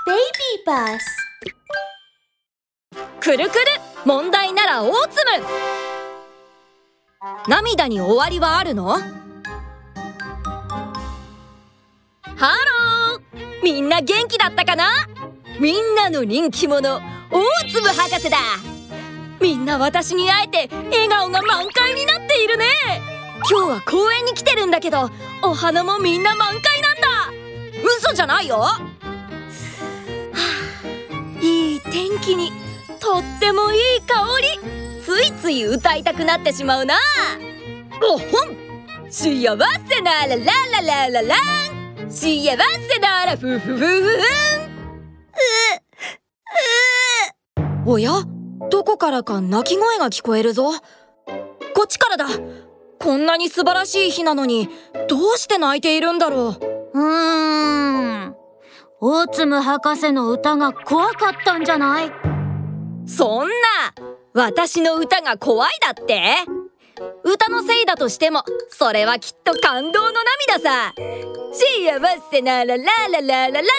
Baby Bus くるくる問題ならオーツム。涙に終わりはあるの？ハロー、みんな元気だったかな？みんなの人気者大粒博士だ。みんな私に会えて笑顔が満開になっているね。今日は公園に来てるんだけど、お花もみんな満開なんだ。嘘じゃないよ。いい天気にとってもいい香り。ついつい歌いたくなってしまうな。おほん、幸せならラララララン、幸せならフフフフフン。おや、どこからか鳴き声が聞こえるぞ。こっちからだ。こんなに素晴らしい日なのにどうして泣いているんだろう。 オーツム博士の歌が怖かったんじゃない？ そんな、私の歌が怖いだって？歌のせいだとしても、それはきっと感動の涙さ。幸せならラララララン。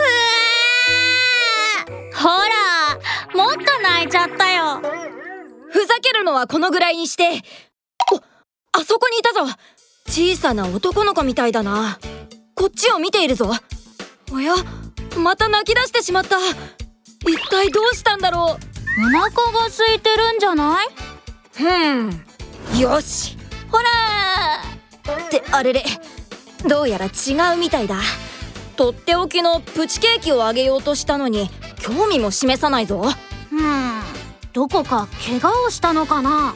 ほら、もっと泣いちゃったよ。 ふざけるのはこのぐらいにして。あそこにいたぞ。小さな男の子みたいだな。こっちを見ているぞ。おや、また泣き出してしまった。一体どうしたんだろう。 お腹が空いてるんじゃない？ よし、ほらーってあれれ、どうやら違うみたいだ。とっておきのプチケーキをあげようとしたのに興味も示さないぞ。 どこか怪我をしたのかな？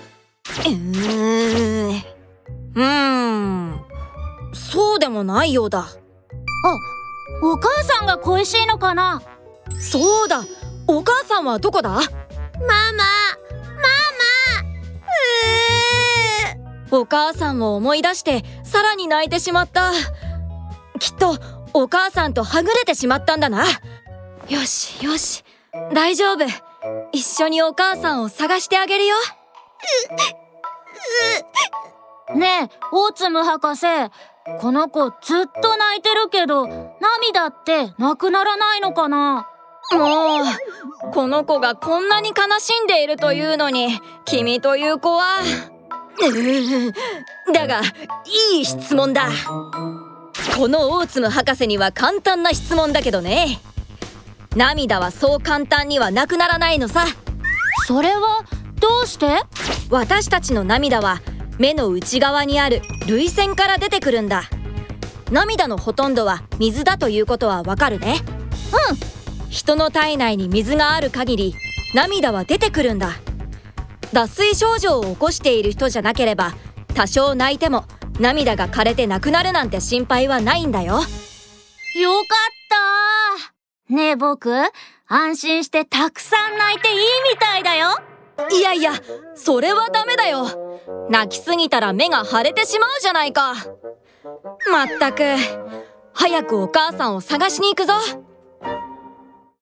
そうでもないようだ。 お母さんが恋しいのかな？ そうだ、お母さんはどこだ？ママ、お母さんを思い出してさらに泣いてしまった。きっとお母さんとはぐれてしまったんだな。よしよし、大丈夫。一緒にお母さんを探してあげるよ。 ねえ、オーツム博士、この子ずっと泣いてるけど、涙ってなくならないのかな？ もう、この子がこんなに悲しんでいるというのに、君という子は。だが、いい質問だ。このオーツム博士には簡単な質問だけどね。涙はそう簡単にはなくならないのさ。 それはどうして？ 私たちの涙は目の内側にある涙腺から出てくるんだ。涙のほとんどは水だということはわかるね。人の体内に水がある限り涙は出てくるんだ。脱水症状を起こしている人じゃなければ、多少泣いても涙が枯れてなくなるなんて心配はないんだよ。 よかったねえ、僕安心してたくさん泣いていいみたいだよ。 いやいや、それはダメだよ。泣きすぎたら目が腫れてしまうじゃないか。まったく、早くお母さんを探しに行くぞ。